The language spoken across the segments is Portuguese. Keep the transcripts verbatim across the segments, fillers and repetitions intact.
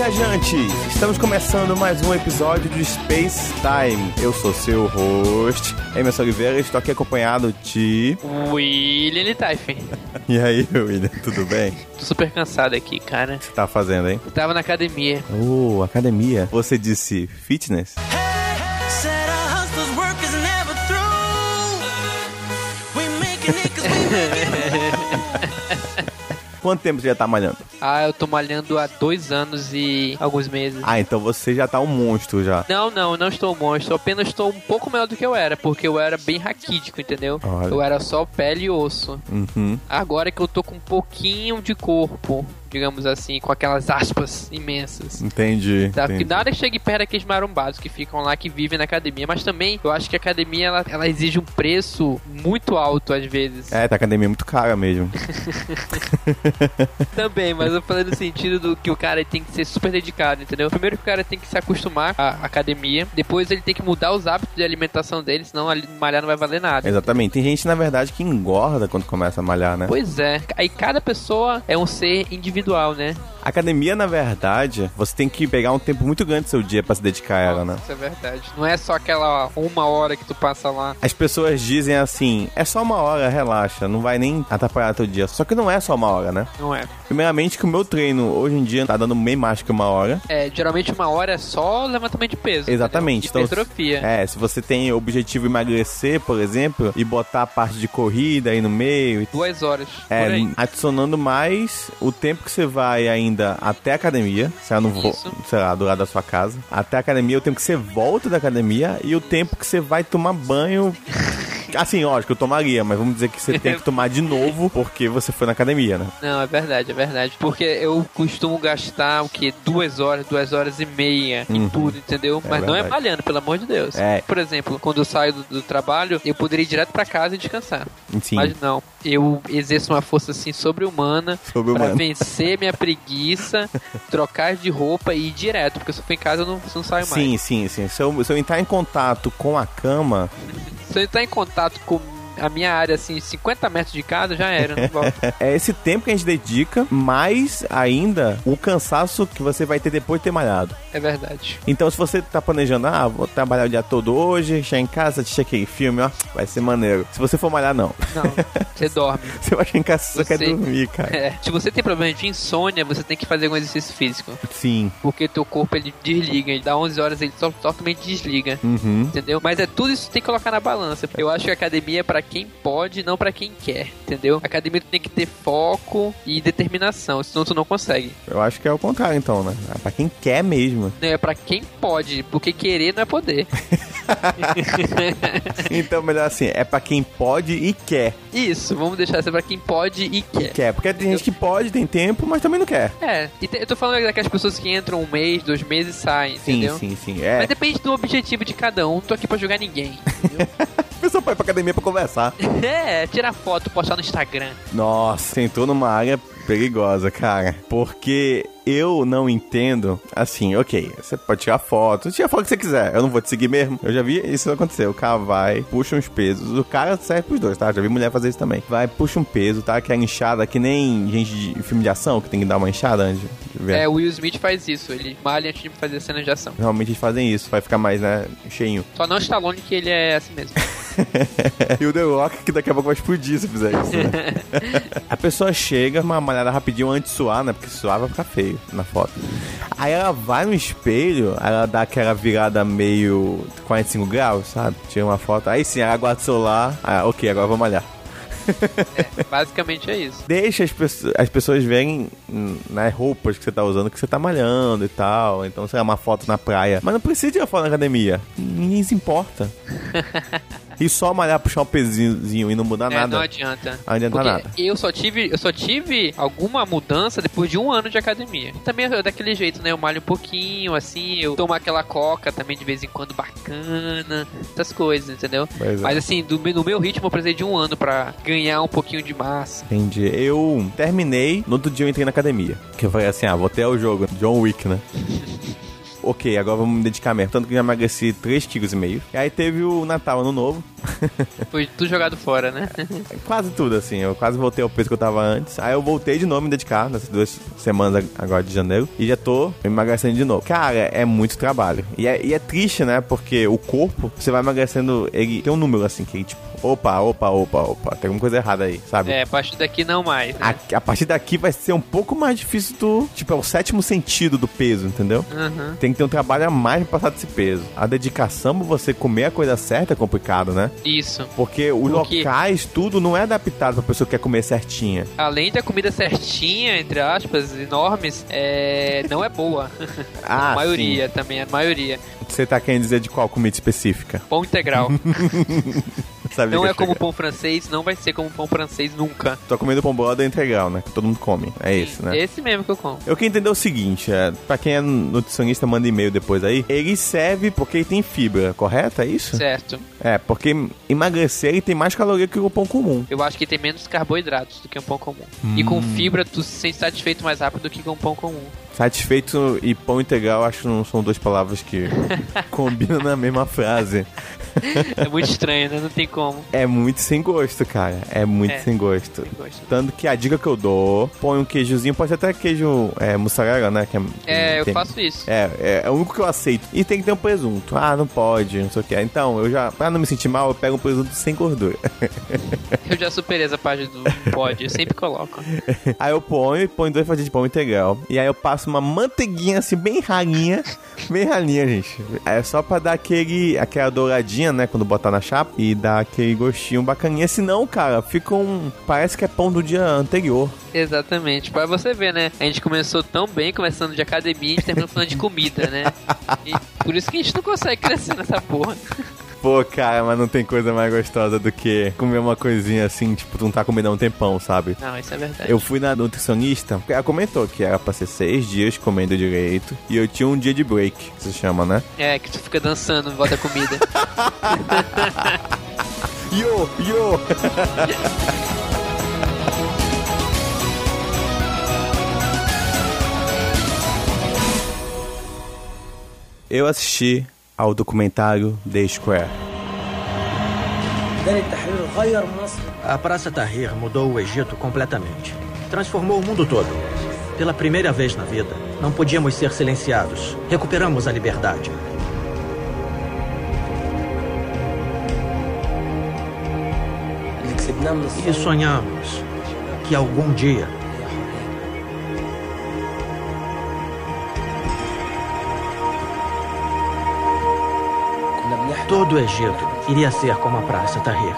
viajantes! Estamos começando mais um episódio do Space Time. Eu sou seu host, Emerson Oliveira, estou aqui acompanhado de... William Litaif. E aí, William, tudo bem? Tô super cansado aqui, cara. O que você tá fazendo, hein? Eu tava na academia. Oh, academia. Você disse fitness? Quanto tempo você já tá malhando? Ah, eu tô malhando há dois anos e alguns meses. Ah, então você já tá um monstro já. Não, não, não estou um monstro. Eu apenas estou um pouco melhor do que eu era, porque eu era bem raquítico, entendeu? Olha. Eu era só pele e osso. Uhum. Agora que eu tô com um pouquinho de corpo, digamos assim, com aquelas aspas imensas. Entendi. Tá? entendi. Porque nada que chegue perto daqueles marombados que ficam lá, que vivem na academia. Mas também, eu acho que a academia, ela, ela exige um preço muito alto, às vezes. É, tá, a academia é muito cara mesmo. Também, mas eu falei no sentido do que o cara tem que ser super dedicado, entendeu? Primeiro que o cara tem que se acostumar à academia, depois ele tem que mudar os hábitos de alimentação dele, senão malhar não vai valer nada. Exatamente. Tem gente, na verdade, que engorda quando começa a malhar, né? Pois é. Aí cada pessoa é um ser individual, né? Academia, na verdade, você tem que pegar um tempo muito grande do seu dia pra se dedicar a ela, né? Isso é verdade. Não é só aquela uma hora que tu passa lá. As pessoas dizem assim, é só uma hora, relaxa, não vai nem atrapalhar teu dia. Só que não é só uma hora, né? Não é. Primeiramente que o meu treino, hoje em dia, tá dando bem mais que uma hora. É, geralmente uma hora é só levantamento de peso. Exatamente. Entendeu? Então, hipertrofia. É, se você tem o objetivo emagrecer, por exemplo, e botar a parte de corrida aí no meio... e- Duas horas. É, por aí. adicionando mais o tempo que você vai ainda até a academia, se ela não for, Isso. sei lá, do lado da sua casa, até a academia, o tempo que você volta da academia e o tempo que você vai tomar banho. Assim, lógico, eu tomaria, mas vamos dizer que você tem que tomar de novo porque você foi na academia, né? Não, é verdade, é verdade. Porque eu costumo gastar o quê? Duas horas, duas horas e meia Uhum. em tudo, entendeu? É Mas não é verdade. malhando, pelo amor de Deus. É. Por exemplo, quando eu saio do, do trabalho, eu poderia ir direto pra casa e descansar. Sim. Mas não, eu exerço uma força assim sobre-humana Sobre pra humano. vencer minha preguiça, trocar de roupa e ir direto. Porque se eu for em casa, eu não, não saio mais. Sim, sim, sim. Se eu, se eu entrar em contato com a cama, Se eu entrar em contato com a minha área, assim, cinquenta metros de casa, já era, eu não volto. é esse tempo que a gente dedica, mais ainda o cansaço que você vai ter depois de ter malhado. É verdade. Então, se você tá planejando, ah, vou trabalhar o dia todo hoje, chegar em casa, assistir aquele filme, ó, vai ser maneiro. Se você for malhar, não. Não, você dorme. Você vai chegar em casa e só Você- quer dormir, cara. É, se você tem problema de insônia, você tem que fazer algum exercício físico. Sim. Porque teu corpo, ele desliga, ele dá onze horas, ele só totalmente desliga. Uhum. Entendeu? Mas é tudo isso que tem que colocar na balança. Eu acho que a academia é pra quem pode, não pra quem quer, entendeu? A academia tu tem que ter foco e determinação, senão tu não consegue. Eu acho que é o contrário, então, né? É pra quem quer mesmo. Não, é pra quem pode, porque querer não é poder. Então, melhor assim, é pra quem pode e quer. Isso, vamos deixar isso pra quem pode e quer. Quer, porque tem gente que pode, tem tempo, mas também não quer. É, e te- eu tô falando daquelas pessoas que entram um mês, dois meses e saem, Sim, entendeu? sim, sim. É. Mas depende do objetivo de cada um, não tô aqui pra jogar ninguém, entendeu? A pessoa vai pra academia pra conversar. É, tirar foto, postar no Instagram. Nossa, você entrou numa área perigosa, cara. Porque eu não entendo, assim, ok, você pode tirar foto, tira a foto que você quiser, eu não vou te seguir mesmo. Eu já vi isso acontecer, o cara vai, puxa uns pesos, o cara serve pros dois, tá? Já vi mulher fazer isso também. Vai, puxa um peso, tá? Que é inchada, que nem gente de filme de ação, que tem que dar uma inchada antes de ver. É, o Will Smith faz isso, ele malha antes de fazer cenas de ação. Realmente eles fazem isso, vai ficar mais, né, cheinho. Só não Stallone, que ele é assim mesmo. E o The Rock, que daqui a pouco vai explodir se fizer isso, né? A pessoa chega, uma malhada rapidinho antes de suar, né? Porque suar vai ficar feio na foto. Aí ela vai no espelho, ela dá aquela virada meio quarenta e cinco graus, sabe? Tira uma foto. Aí sim, ela guarda o celular. Ah, ok, agora eu vou malhar. É, basicamente é isso. Deixa as, peço- as pessoas verem hum, nas roupas que você tá usando que você tá malhando e tal. Então, sei lá, uma foto na praia. Mas não precisa tirar foto na academia. Ninguém se importa. E só malhar, puxar um pezinho e não mudar É, nada. não adianta. Não adianta Porque nada. eu só tive, eu só tive alguma mudança depois de um ano de academia. Também é daquele jeito, né? Eu malho um pouquinho, assim, eu tomo aquela coca também de vez em quando bacana, essas coisas, entendeu? Pois é. Mas assim, do, no meu ritmo eu precisei de um ano pra ganhar um pouquinho de massa. Entendi. Eu terminei, no outro dia eu entrei na academia. Que eu falei assim, ah, vou ter o jogo, John Wick, né? ok, agora vamos me dedicar mesmo. Tanto que eu já emagreci três vírgula cinco quilos. E aí teve o Natal, Ano Novo. Foi tudo jogado fora, né? Quase tudo, assim. Eu quase voltei ao peso que eu tava antes. Aí eu voltei de novo me dedicar nessas duas semanas agora de janeiro. E já tô emagrecendo de novo. Cara, é muito trabalho. E é, e é triste, né? Porque o corpo, você vai emagrecendo, ele tem um número assim, que ele tipo, opa, opa, opa, opa, tem alguma coisa errada aí, sabe? É, a partir daqui não mais, né? A, a partir daqui vai ser um pouco mais difícil do... Tipo, é o sétimo sentido do peso, entendeu? Uhum. Tem que ter um trabalho a mais pra passar desse peso. A dedicação pra você comer a coisa certa é complicado, né? Isso. Porque os Porque... locais, tudo não é adaptado pra pessoa que quer comer certinha. Além da comida certinha, entre aspas, enormes, é... não é boa. Ah, a maioria sim. também, a maioria. Você tá querendo dizer de qual comida específica? Pão integral. Sabia Não que é como chegar. pão francês, não vai ser como pão francês nunca. Tô comendo pão boda integral, né? Que todo mundo come. É esse, né? Esse mesmo que eu como. Eu quero entender o seguinte, é, pra quem é nutricionista, manda e-mail depois aí. Ele serve porque ele tem fibra, correto? É isso? Certo. É, porque emagrecer ele tem mais caloria que o pão comum. Eu acho que tem menos carboidratos do que um pão comum. Hum. E com fibra, tu se sente satisfeito mais rápido do que com um pão comum. Satisfeito e pão integral, acho que não são duas palavras que combinam na mesma frase. É muito estranho, né? Não tem como. É muito sem gosto, cara. É muito é, sem gosto. Sem gosto. Tanto que a dica que eu dou, põe um queijozinho, pode ser até queijo é, mussarela, né? Que é, é tem, eu faço isso. É, é, é o único que eu aceito. E tem que ter um presunto. Ah, não pode, não sei o que. Então, eu já, pra não me sentir mal, eu pego um presunto sem gordura. Eu já superei essa parte do pode, eu sempre coloco. Aí eu ponho e ponho dois fatias de pão integral. E aí eu passo uma manteiguinha assim, bem ralinha. Bem ralinha, gente. É só pra dar aquele, aquela douradinha, né? Quando botar na chapa. E dar aquele gostinho bacaninha. Senão, cara, fica um... Parece que é pão do dia anterior. Exatamente. Pra você ver, né? A gente começou tão bem, começando de academia, a gente terminou falando de comida, né? E por isso que a gente não consegue crescer nessa porra. Pô, cara, mas não tem coisa mais gostosa do que comer uma coisinha assim, tipo, tu não tá comendo há um tempão, sabe? Não, isso é verdade. Eu fui na nutricionista, ela comentou que era pra ser seis dias comendo direito, e eu tinha um dia de break, que se chama, né? É, que tu fica dançando em volta da comida. Yo, yo! Eu assisti ao documentário The Square. A Praça Tahrir mudou o Egito completamente. Transformou o mundo todo. Pela primeira vez na vida, não podíamos ser silenciados. Recuperamos a liberdade. E sonhamos que algum dia todo o Egito iria ser como a Praça Tahrir.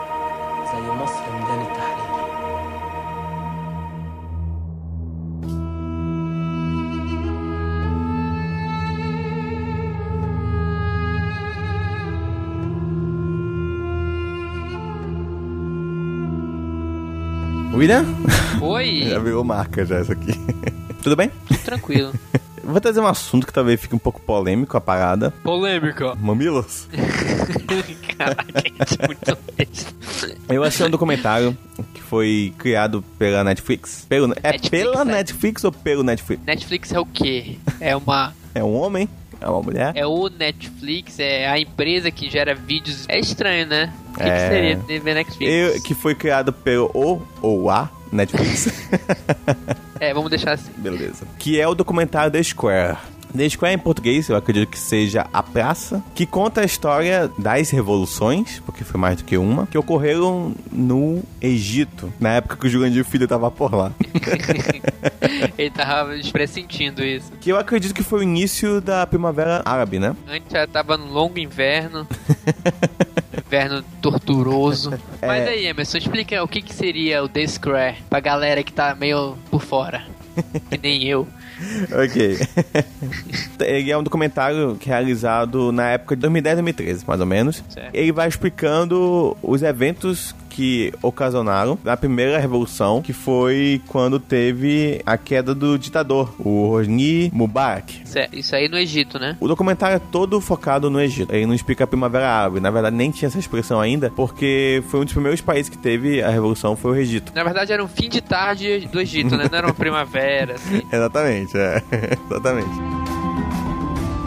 William? Oi! Já virou marca já isso aqui. Tudo bem? Tranquilo. Vou trazer um assunto que talvez fique um pouco polêmico, a parada. Polêmica. Mamilos? Caraca, isso é muito besta. Eu achei um documentário que foi criado pela Netflix. Pelo, é Netflix, pela é. Netflix ou pelo Netflix? Netflix é o quê? É uma... É um homem? É uma mulher? É o Netflix, é a empresa que gera vídeos. É estranho, né? O que, É. que seria de ver Netflix? Eu, que foi criado pelo o ou a Netflix. É, vamos deixar assim. Beleza. Que é o documentário The Square. The Square em português, eu acredito que seja A Praça, que conta a história das revoluções, porque foi mais do que uma, que ocorreram no Egito, na época que o Jurandir Filho tava por lá. Ele tava pressentindo isso. Que eu acredito que foi o início da Primavera Árabe, né? Antes já tava no longo inverno. Inverno torturoso. É. Mas aí, Emerson, explica o que, que seria o The Square pra galera que tá meio por fora. Que nem eu. Ok. Ele é um documentário realizado na época de dois mil e dez, dois mil e treze, mais ou menos. Certo. Ele vai explicando os eventos que ocasionaram a primeira revolução, que foi quando teve a queda do ditador, o Hosni Mubarak. Certo. Isso aí no Egito, né? O documentário é todo focado no Egito. Ele não explica a Primavera Árabe. Na verdade, nem tinha essa expressão ainda, porque foi um dos primeiros países que teve a revolução, foi o Egito. Na verdade era um fim de tarde do Egito, né? Não era uma primavera, assim. Exatamente, é. Exatamente.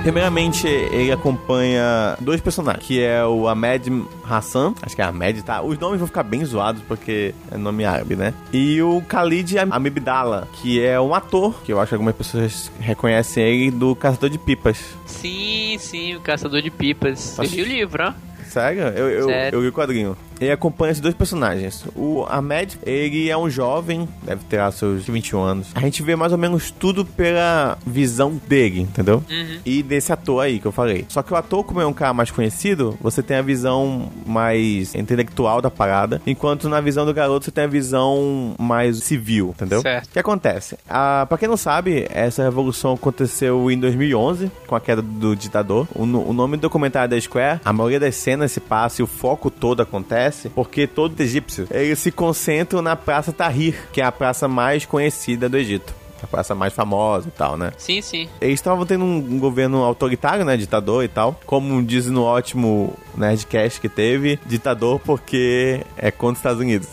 Primeiramente, ele acompanha dois personagens, que é o Ahmed Hassan, acho que é Ahmed, tá? Os nomes vão ficar bem zoados, porque é nome árabe, né? E o Khalid Amibdala, que é um ator, que eu acho que algumas pessoas reconhecem ele, do Caçador de Pipas. Sim, sim, o Caçador de Pipas. Acho... Eu li o livro, ó. Sério? Eu, eu, Sério? eu li o quadrinho. Ele acompanha esses dois personagens. O Ahmed, ele é um jovem, deve ter lá seus vinte e um anos. A gente vê mais ou menos tudo pela visão dele, entendeu? Uhum. E desse ator aí que eu falei. Só que o ator, como é um cara mais conhecido, você tem a visão mais intelectual da parada, enquanto na visão do garoto você tem a visão mais civil, entendeu? Certo. O que acontece? Ah, pra quem não sabe, essa revolução aconteceu em dois mil e onze, com a queda do ditador. O, o nome do documentário da Square, a maioria das cenas se passa e o foco todo acontece porque todos os egípcios, eles se concentram na Praça Tahrir, que é a praça mais conhecida do Egito. A praça mais famosa e tal, né? Sim, sim. Eles estavam tendo um governo autoritário, né? Ditador e tal. Como diz no ótimo Nerdcast que teve, ditador porque é contra os Estados Unidos.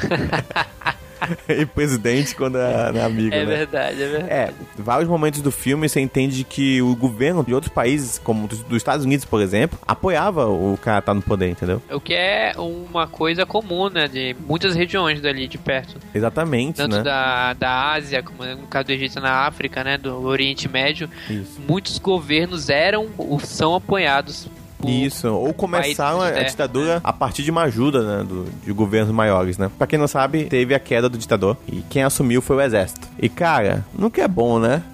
E presidente quando é, é amigo, É né? verdade, é verdade. É, vários momentos do filme você entende que o governo de outros países, como dos, dos Estados Unidos, por exemplo, apoiava o cara estar no poder, entendeu? O que é uma coisa comum, né? De muitas regiões dali de perto. Exatamente, Tanto né? da, da Ásia, como no caso do Egito na África, né? Do Oriente Médio. Isso. Muitos governos eram ou são apoiados. Isso, ou começaram a, a países, ditadura né? a partir de uma ajuda, né, do, de governos maiores, né? Pra quem não sabe, teve a queda do ditador e quem assumiu foi o exército. E, cara, nunca é bom, né?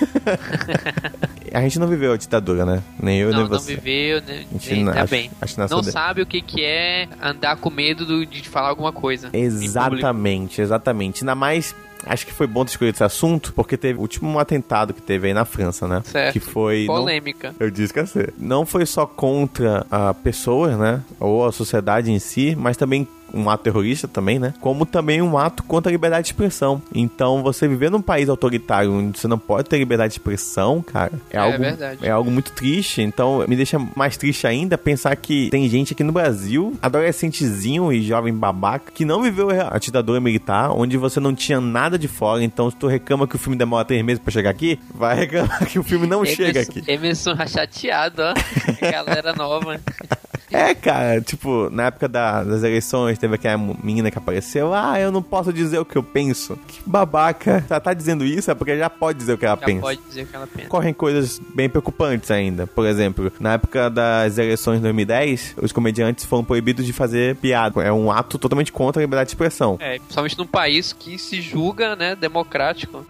A gente não viveu a ditadura, né? Nem eu, não, nem você. Não viveu, nem, A gente nem não, tá acho, bem. acho que não nasceu sabe o que, que é andar com medo do, de falar alguma coisa. Exatamente, exatamente. Ainda mais... Acho que foi bom ter escolhido esse assunto, porque teve o último atentado que teve aí na França, né? Certo. Que foi... Polêmica. Não, eu disse que ia ser. Não foi só contra a pessoas, né? Ou a sociedade em si, mas também um ato terrorista também, né? Como também um ato contra a liberdade de expressão. Então, você viver num país autoritário onde você não pode ter liberdade de expressão, cara, é, É algo, verdade. é algo muito triste. Então, me deixa mais triste ainda pensar que tem gente aqui no Brasil, adolescentezinho e jovem babaca, que não viveu a ditadura militar, onde você não tinha nada de fora. Então, se tu reclama que o filme demora três meses pra chegar aqui, vai reclamar que o filme não Emerson, chega aqui. Emerson chateado, ó. A galera nova. É, cara, tipo, na época da, das eleições, teve aquela menina que apareceu, ah, eu não posso dizer o que eu penso. Que babaca. Ela tá dizendo isso é porque já pode dizer o que ela Já pensa. pode dizer o que ela pensa. Correm coisas bem preocupantes ainda. Por exemplo, na época das eleições de dois mil e dez, os comediantes foram proibidos de fazer piada. É um ato totalmente contra a liberdade de expressão. É, principalmente num país que se julga, né, democrático.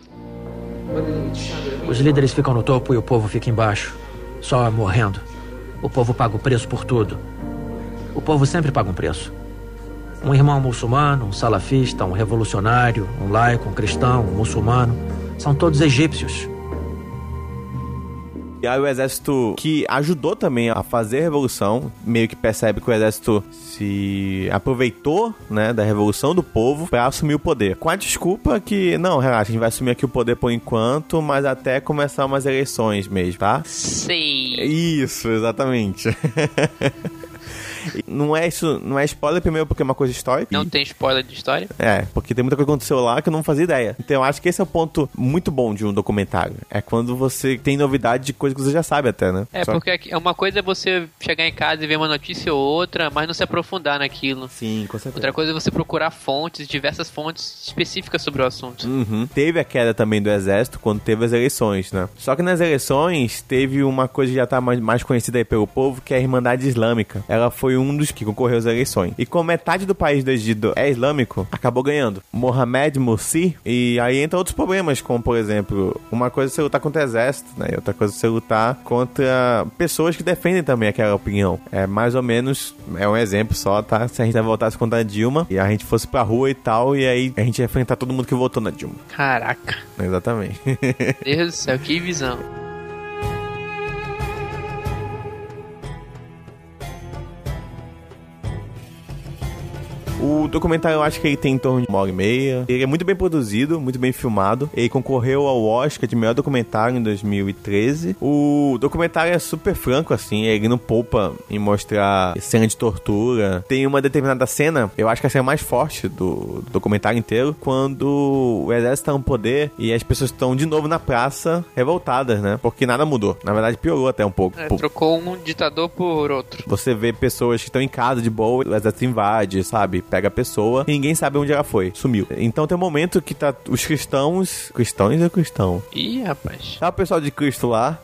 Os líderes ficam no topo e o povo fica embaixo, só morrendo. O povo paga o preço por tudo. O povo sempre paga um preço. Um irmão muçulmano, um salafista, um revolucionário, um laico, um cristão, um muçulmano. São todos egípcios. E aí o exército, que ajudou também a fazer a revolução, meio que percebe que o exército se aproveitou, né, da revolução do povo pra assumir o poder. Com a desculpa que, não, relaxa, a gente vai assumir aqui o poder por enquanto, mas até começar umas eleições mesmo, tá? Sei. Isso, exatamente. Não é isso, não é spoiler primeiro porque é uma coisa histórica. Não tem spoiler de história? É, porque tem muita coisa que aconteceu lá que eu não fazia ideia. Então eu acho que esse é o ponto muito bom de um documentário. É quando você tem novidade de coisa que você já sabe até, né? É, Só... porque é uma coisa é você chegar em casa e ver uma notícia ou outra, mas não se aprofundar naquilo. Sim, com certeza. Outra coisa é você procurar fontes, diversas fontes específicas sobre o assunto. Uhum. Teve a queda também do exército quando teve as eleições, né? Só que nas eleições teve uma coisa que já tá mais, mais conhecida aí pelo povo, que é a Irmandade Islâmica. Ela foi um dos que concorreu às eleições. E como metade do país do Egito é islâmico, acabou ganhando. Mohamed Morsi. E aí entra outros problemas, como por exemplo, uma coisa é você lutar contra o exército, né? E outra coisa é você lutar contra pessoas que defendem também aquela opinião. É mais ou menos, é um exemplo só, tá? Se a gente voltasse contra a Dilma e a gente fosse pra rua e tal, e aí a gente ia enfrentar todo mundo que votou na Dilma. Caraca. Exatamente. Deus do céu, que visão. O documentário eu acho que ele tem em torno de uma hora e meia. Ele é muito bem produzido, muito bem filmado. Ele concorreu ao Oscar de melhor documentário em dois mil e treze. O documentário é super franco, assim. Ele não poupa em mostrar cena de tortura. Tem uma determinada cena, eu acho que a cena mais forte do, do documentário inteiro, quando o exército tá no poder e as pessoas estão de novo na praça revoltadas, né? Porque nada mudou. Na verdade, piorou até um pouco. É, trocou um ditador por outro. Você vê pessoas que estão em casa de boa, o exército invade, sabe? Pega a pessoa e ninguém sabe onde ela foi. Sumiu. Então tem um momento que tá os cristãos... Cristãos ou cristão? Ih, rapaz. Tá o pessoal de Cristo lá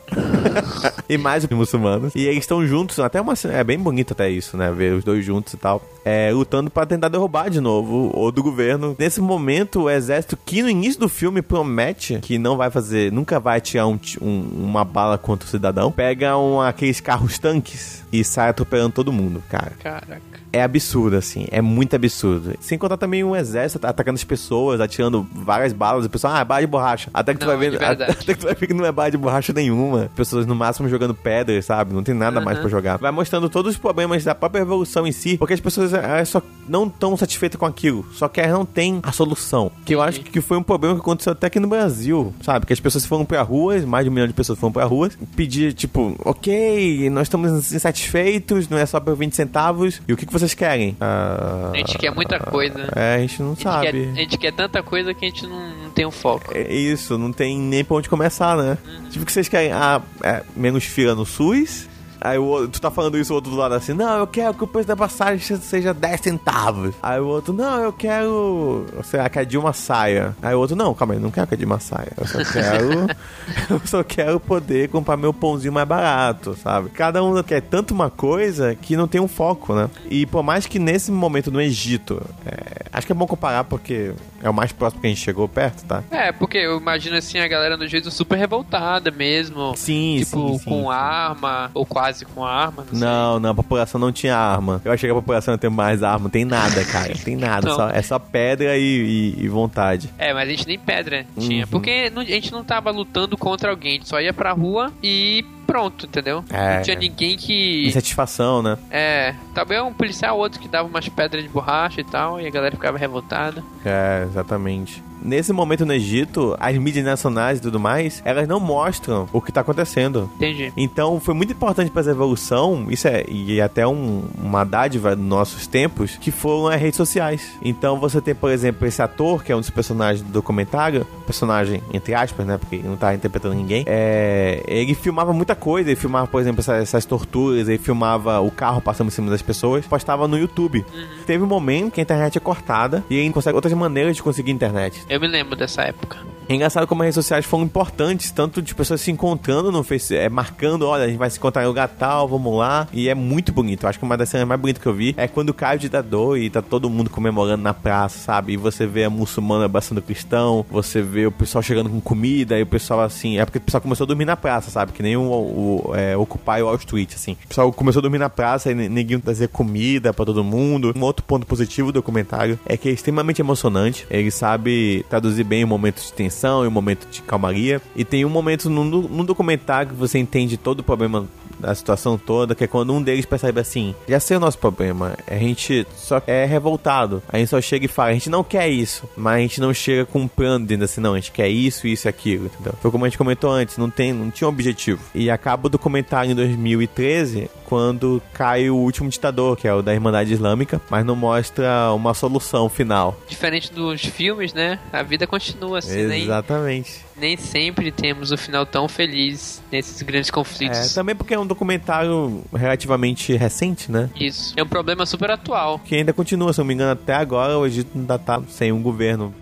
e mais os muçulmanos. E eles estão juntos, até uma cena, é bem bonito até isso, né? Ver os dois juntos e tal. É, lutando pra tentar derrubar de novo o do governo. Nesse momento, o exército, que no início do filme promete que não vai fazer, nunca vai atirar um, um, uma bala contra o cidadão, pega um, aqueles carros tanques e sai atropelando todo mundo, cara. Caraca. É absurdo, assim. É muito absurdo. Sem contar também um exército atacando as pessoas, atirando várias balas. O pessoal, ah, é bala de borracha. Até que tu não, vai ver... Até que tu vai ver que não é bala de borracha nenhuma. Pessoas, no máximo, jogando pedras, sabe? Não tem nada uhum. mais pra jogar. Vai mostrando todos os problemas da própria revolução em si. Porque as pessoas elas só não estão satisfeitas com aquilo. Só que elas não têm a solução. Que eu acho que foi um problema que aconteceu até aqui no Brasil, sabe? Que as pessoas foram pra ruas, mais de um milhão de pessoas foram pra ruas, pedir, tipo, ok, nós estamos insatisfeitos, não é só por vinte centavos. E o que, que vocês querem? Ah, a gente quer muita coisa. É, a gente não a gente sabe. Quer, a gente quer tanta coisa que a gente não, não tem um foco. É isso, não tem nem pra onde começar, né? Uhum. Tipo, o que vocês querem? Ah, é, menos fila no SUS. Aí o outro, tu tá falando isso, o outro do lado assim, não, eu quero que o preço da passagem seja dez centavos. Aí o outro, não, eu quero, sei lá, que a Dilma saia. Aí o outro, não, calma aí, não quero que a Dilma saia. Eu só quero, eu só quero poder comprar meu pãozinho mais barato, sabe? Cada um quer tanto uma coisa que não tem um foco, né? E por mais que nesse momento no Egito, é, acho que é bom comparar porque é o mais próximo que a gente chegou perto, tá? É, porque eu imagino assim a galera no Egito super revoltada mesmo. Sim, tipo, sim, sim. com arma, ou quase com arma, não, não, não, a população não tinha arma. Eu achei que a população ia ter mais arma. Não tem nada, cara. Tem nada. Só, é só pedra e, e, e vontade. É, mas a gente nem pedra tinha. Uhum. Porque não, a gente não tava lutando contra alguém. A gente só ia pra rua e pronto, entendeu? É, não tinha ninguém que... insatisfação, né? É, talvez um policial ou outro que dava umas pedras de borracha e tal, e a galera ficava revoltada. É, exatamente. Nesse momento no Egito, as mídias nacionais e tudo mais, elas não mostram o que tá acontecendo. Entendi. Então, foi muito importante pra essa evolução, isso é, e até um, uma dádiva dos nossos tempos, que foram as redes sociais. Então, você tem, por exemplo, esse ator, que é um dos personagens do documentário, personagem, entre aspas, né, porque ele não tá interpretando ninguém, é, ele filmava muita coisa, ele filmava, por exemplo, essas, essas torturas, ele filmava o carro passando em cima das pessoas, postava no YouTube. Uhum. Teve um momento que a internet é cortada, e ele consegue outras maneiras de conseguir internet. Eu me lembro dessa época. É engraçado como as redes sociais foram importantes, tanto de pessoas se encontrando no Facebook, é, marcando, olha, a gente vai se encontrar em lugar tal, vamos lá. E é muito bonito. Eu acho que uma das cenas mais bonitas que eu vi é quando cai o ditador e tá todo mundo comemorando na praça, sabe? E você vê a muçulmana abraçando o cristão, você vê o pessoal chegando com comida, e o pessoal assim... É porque o pessoal começou a dormir na praça, sabe? Que nem o, o é, Occupy Wall Street, assim. O pessoal começou a dormir na praça e ninguém trazia comida pra todo mundo. Um outro ponto positivo do documentário é que é extremamente emocionante. Ele sabe traduzir bem o momento de tensão e o momento de calmaria. E tem um momento no, no documentário que você entende todo o problema da situação toda, que é quando um deles percebe assim, já sei o nosso problema, a gente só é revoltado, a gente só chega e fala, a gente não quer isso, mas a gente não chega com um plano dentro assim, não, a gente quer isso, isso e aquilo, entendeu? Foi como a gente comentou antes, não, tem, não tinha um objetivo. E acaba o documentário em dois mil e treze, quando cai o último ditador, que é o da Irmandade Islâmica, mas não mostra uma solução final. Diferente dos filmes, né? A vida continua assim, né? Exatamente. Nem, nem sempre temos um final tão feliz nesses grandes conflitos. É, também porque é um documentário relativamente recente, né? Isso. É um problema super atual. Que ainda continua, se não me engano, até agora o Egito ainda tá sem um governo.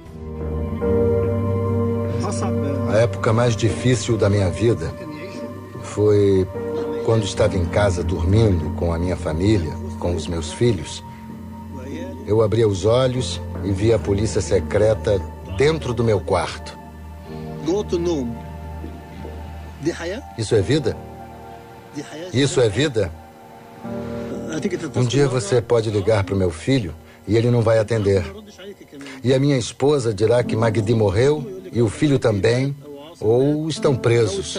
A época mais difícil da minha vida foi quando estava em casa dormindo com a minha família, com os meus filhos. Eu abria os olhos e via a polícia secreta dentro do meu quarto. Isso é vida? Isso é vida? Um dia você pode ligar para o meu filho e ele não vai atender. E a minha esposa dirá que Magdi morreu e o filho também, ou estão presos.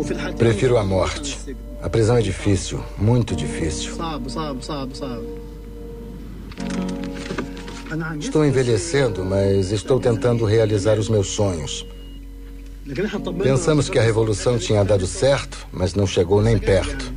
Prefiro a morte. A prisão é difícil, muito difícil. Estou envelhecendo, mas estou tentando realizar os meus sonhos. Pensamos que a revolução tinha dado certo, mas não chegou nem perto.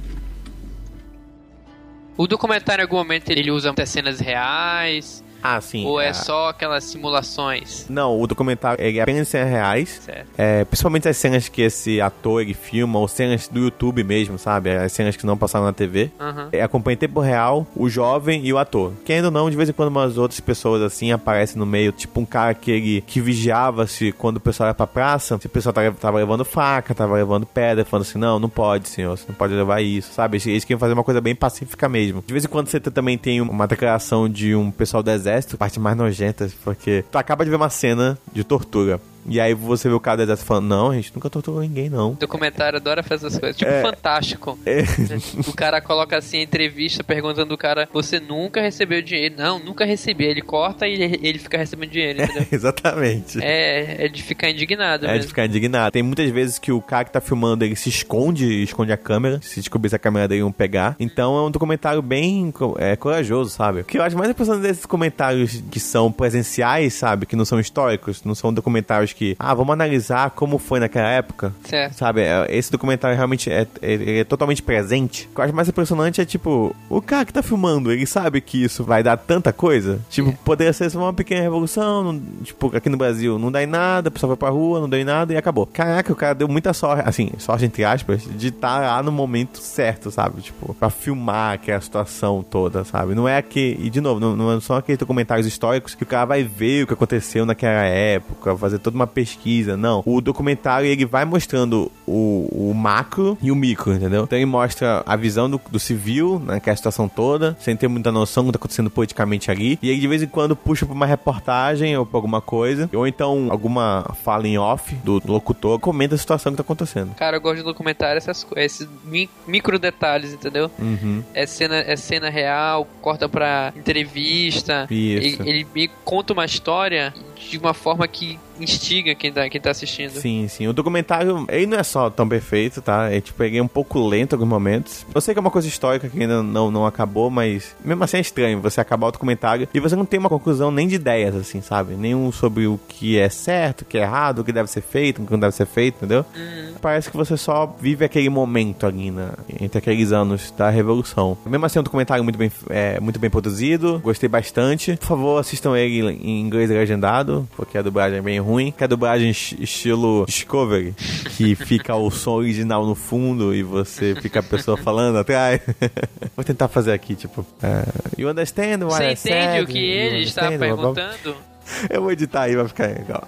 O documentário, em algum momento, ele usa muitas cenas reais... Ah, sim. Ou é, é só aquelas simulações? Não, o documentário ele é apenas cenas reais. Certo. É, principalmente as cenas que esse ator ele filma, ou cenas do YouTube mesmo, sabe? As cenas que não passaram na T V. Uhum. É, acompanha em tempo real o jovem e o ator. Que ainda não, de vez em quando umas outras pessoas assim aparecem no meio. Tipo um cara que ele que vigiava se quando o pessoal ia pra praça, se o pessoal tava, tava levando faca, tava levando pedra, falando assim, não, não pode, senhor, você não pode levar isso, sabe? Eles, eles queriam fazer uma coisa bem pacífica mesmo. De vez em quando você também tem uma declaração de um pessoal do exército, parte mais nojenta, porque tu acaba de ver uma cena de tortura. E aí você vê o cara do exército falando, não, a gente nunca torturou ninguém, não. O documentário adora fazer essas coisas. Tipo, é, Fantástico. É. O cara coloca assim a entrevista perguntando do cara, você nunca recebeu dinheiro? Não, nunca recebi. Ele corta e ele, ele fica recebendo dinheiro, entendeu? É, exatamente. É, é de ficar indignado É mesmo. de ficar indignado. Tem muitas vezes que o cara que tá filmando, ele se esconde, esconde a câmera, se descobrir se a câmera dele iam pegar. Então é um documentário bem é, corajoso, sabe? O que eu acho mais impressionante desses documentários que são presenciais, sabe? Que não são históricos, não são documentários que, ah, vamos analisar como foi naquela época, certo. Sabe? Esse documentário realmente é, é, é totalmente presente. O que eu acho mais impressionante é, tipo, o cara que tá filmando, ele sabe que isso vai dar tanta coisa. Tipo, é. Poderia ser só uma pequena revolução, não, tipo, aqui no Brasil não dá em nada, a pessoa vai pra rua, não deu em nada e acabou. Caraca, o cara deu muita sorte, assim, sorte entre aspas, de estar lá no momento certo, sabe? Tipo, pra filmar aquela situação toda, sabe? Não é que, e de novo, não, não são aqueles documentários históricos que o cara vai ver o que aconteceu naquela época, fazer toda uma pesquisa, não. O documentário, ele vai mostrando o, o macro e o micro, entendeu? Então ele mostra a visão do, do civil, naquela situação toda, sem ter muita noção do que tá acontecendo politicamente ali, e ele de vez em quando puxa pra uma reportagem ou pra alguma coisa, ou então alguma fala em off do, do locutor, comenta a situação que tá acontecendo. Cara, eu gosto de documentário, essas, esses mi, micro detalhes, entendeu? Uhum. É cena, é cena real, corta pra entrevista, isso. Ele, ele me conta uma história de uma forma que instiga quem tá, quem tá assistindo. Sim, sim. O documentário, ele não é só tão perfeito, tá? É tipo, ele é um pouco lento em alguns momentos. Eu sei que é uma coisa histórica que ainda não, não acabou, mas mesmo assim é estranho você acabar o documentário e você não tem uma conclusão nem de ideias, assim, sabe? Nenhum sobre o que é certo, o que é errado, o que deve ser feito, o que não deve ser feito, entendeu? Hum. Parece que você só vive aquele momento ali, né? Entre aqueles anos da Revolução. Mesmo assim, é um documentário muito bem, é, muito bem produzido, gostei bastante. Por favor, assistam ele em inglês legendado, porque a dublagem é bem ruim, que é a dublagem estilo Discovery, que fica o som original no fundo e você fica a pessoa falando atrás. Vou tentar fazer aqui, tipo, uh, you understand what Você I entende said? o que ele está perguntando? Eu vou editar aí, vai ficar legal.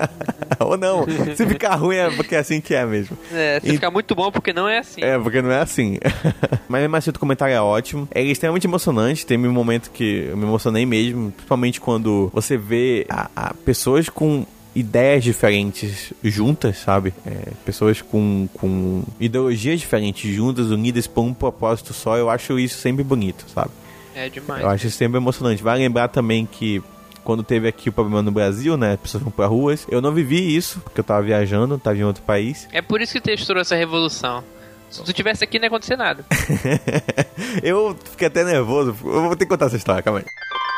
Ou não, se ficar ruim é porque é assim que é mesmo. É, se e... ficar muito bom porque não é assim. É, porque não é assim. Mas mesmo assim o documentário é ótimo. É extremamente emocionante. Tem um momento que eu me emocionei mesmo, principalmente quando você vê a, a pessoas com ideias diferentes juntas, sabe? É, pessoas com, com ideologias diferentes juntas, unidas por um propósito só. Eu acho isso sempre bonito, sabe? É demais. Eu acho isso sempre emocionante. Vai lembrar também que quando teve aqui o problema no Brasil, né? As pessoas vão pra ruas. Eu não vivi isso, porque eu tava viajando, tava em outro país. É por isso que texturou essa revolução. Se tu tivesse aqui, não ia acontecer nada. Eu fiquei até nervoso. Eu vou ter que contar essa história, calma aí.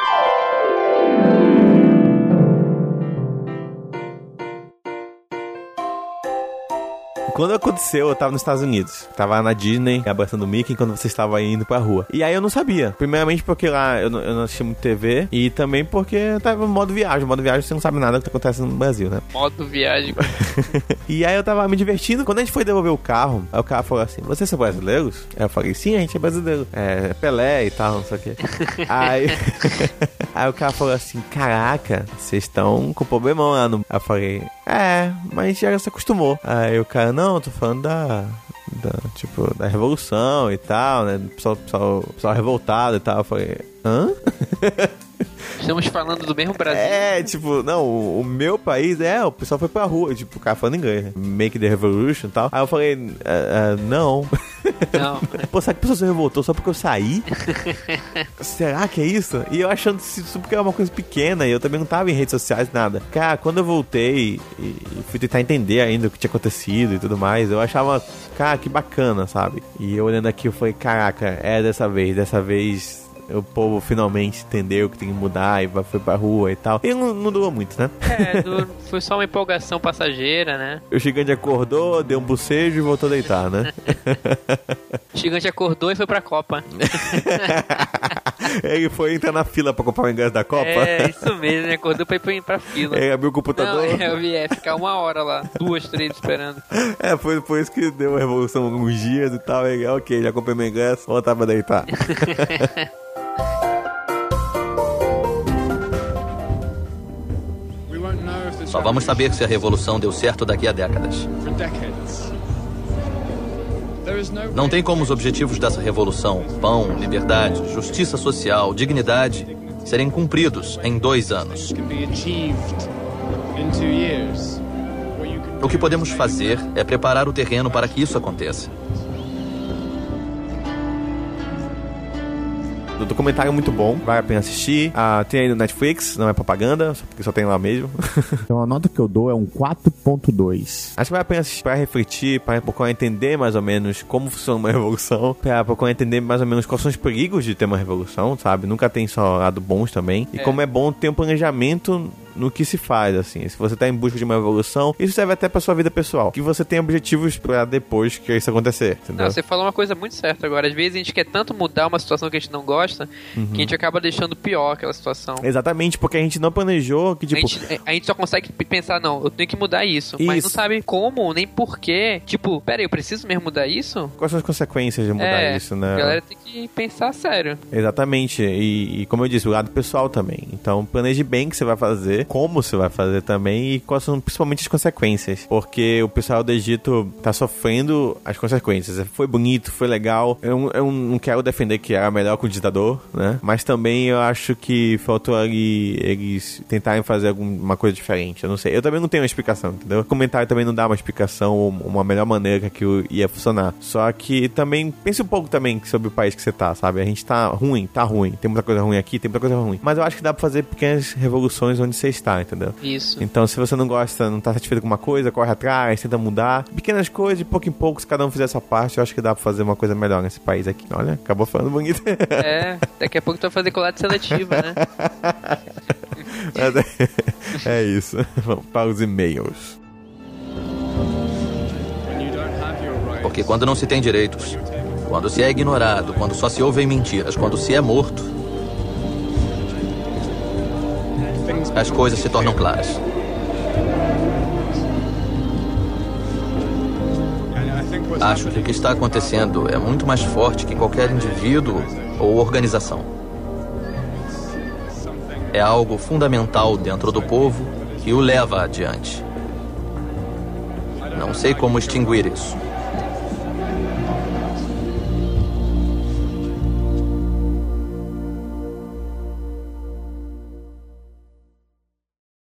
Quando aconteceu, eu tava nos Estados Unidos. Tava na Disney, abraçando o Mickey, quando você estava indo pra rua. E aí eu não sabia. Primeiramente porque lá eu não, eu não assisti muito T V. E também porque eu tava no modo viagem. Modo viagem você não sabe nada do que acontece no Brasil, né? Modo viagem. E aí eu tava me divertindo. Quando a gente foi devolver o carro, aí o cara falou assim, vocês são brasileiros? Aí eu falei, sim, a gente é brasileiro. É, Pelé e tal, não sei o quê. aí... aí o cara falou assim, caraca, vocês estão com problemão lá no... Aí eu falei, é, mas a gente já se acostumou. Aí o cara, não, Não, tô falando da, da, tipo, da revolução e tal, né? Pessoal, pessoal, pessoal revoltado e tal. Eu falei, hã? Estamos falando do mesmo Brasil. É, tipo, não, o, o meu país, é, o pessoal foi pra rua, tipo, o cara falando inglês, né? Make the revolution e tal. Aí eu falei, uh, uh, não. Não. Pô, será que a pessoa se revoltou só porque eu saí? Será que é isso? E eu achando isso porque é uma coisa pequena e eu também não tava em redes sociais, nada. Cara, quando eu voltei e fui tentar entender ainda o que tinha acontecido e tudo mais, eu achava, cara, que bacana, sabe? E eu olhando aqui, eu falei, caraca, é dessa vez, dessa vez... o povo finalmente entendeu que tem que mudar e foi pra rua e tal. E não, não durou muito, né? É, do, foi só uma empolgação passageira, né? O gigante acordou, deu um bocejo e voltou a deitar, né? O gigante acordou e foi pra Copa. Ele foi entrar na fila pra comprar o ingresso da Copa? É, isso mesmo, né? Acordou pra ir pra fila. Ele abriu o computador. Não, eu vi, é, ficar uma hora lá, duas, três esperando. É, foi por isso que deu a revolução alguns dias e tal. Ele, ok, já comprei meu ingresso, vou voltar pra deitar. Só vamos saber se a revolução deu certo daqui a décadas. Não tem como os objetivos dessa revolução, pão, liberdade, justiça social, dignidade, serem cumpridos em dois anos. O que podemos fazer é preparar o terreno para que isso aconteça. O documentário é muito bom, vale a pena assistir. Ah, tem aí no Netflix, não é propaganda, só porque só tem lá mesmo. Então a nota que eu dou é um quatro ponto dois. Acho que vale a pena assistir pra refletir, pra procurar entender mais ou menos como funciona uma revolução, pra procurar entender mais ou menos quais são os perigos de ter uma revolução, sabe? Nunca tem só lado bons também. E é. como é bom ter um planejamento no que se faz, assim. Se você tá em busca de uma evolução, isso serve até pra sua vida pessoal. Que você tenha objetivos pra depois que isso acontecer, entendeu? Não, você falou uma coisa muito certa agora. Às vezes a gente quer tanto mudar uma situação que a gente não gosta, uhum. que a gente acaba deixando pior aquela situação. Exatamente, porque a gente não planejou que, tipo... A gente, a gente só consegue pensar, não, eu tenho que mudar isso, isso. Mas não sabe como, nem porquê. Tipo, pera aí, eu preciso mesmo mudar isso? Quais são as consequências de mudar é, isso, né? A galera tem que pensar sério. Exatamente, e, e como eu disse, o lado pessoal também. Então, planeje bem o que você vai fazer, como você vai fazer também e quais são principalmente as consequências. Porque o pessoal do Egito tá sofrendo as consequências. Foi bonito, foi legal. Eu, eu não quero defender que era melhor que o ditador, né? Mas também eu acho que faltou ali eles tentarem fazer alguma coisa diferente. Eu não sei. Eu também não tenho uma explicação, entendeu? O comentário também não dá uma explicação ou uma melhor maneira que aquilo ia funcionar. Só que também, pense um pouco também sobre o país que você tá, sabe? A gente tá ruim, tá ruim. Tem muita coisa ruim aqui, tem muita coisa ruim. Mas eu acho que dá pra fazer pequenas revoluções onde você está, entendeu? Isso. Então, se você não gosta, não tá satisfeito com uma coisa, corre atrás, tenta mudar. Pequenas coisas, de pouco em pouco, se cada um fizer essa parte, eu acho que dá pra fazer uma coisa melhor nesse país aqui. Olha, acabou falando bonito. É, daqui a pouco tu vai fazer coleta seletiva, né? É isso. Vamos para os e-mails. Porque quando não se tem direitos, quando se é ignorado, quando só se ouvem mentiras, quando se é morto, as coisas se tornam claras. Acho que o que está acontecendo é muito mais forte que qualquer indivíduo ou organização. É algo fundamental dentro do povo que o leva adiante. Não sei como extinguir isso.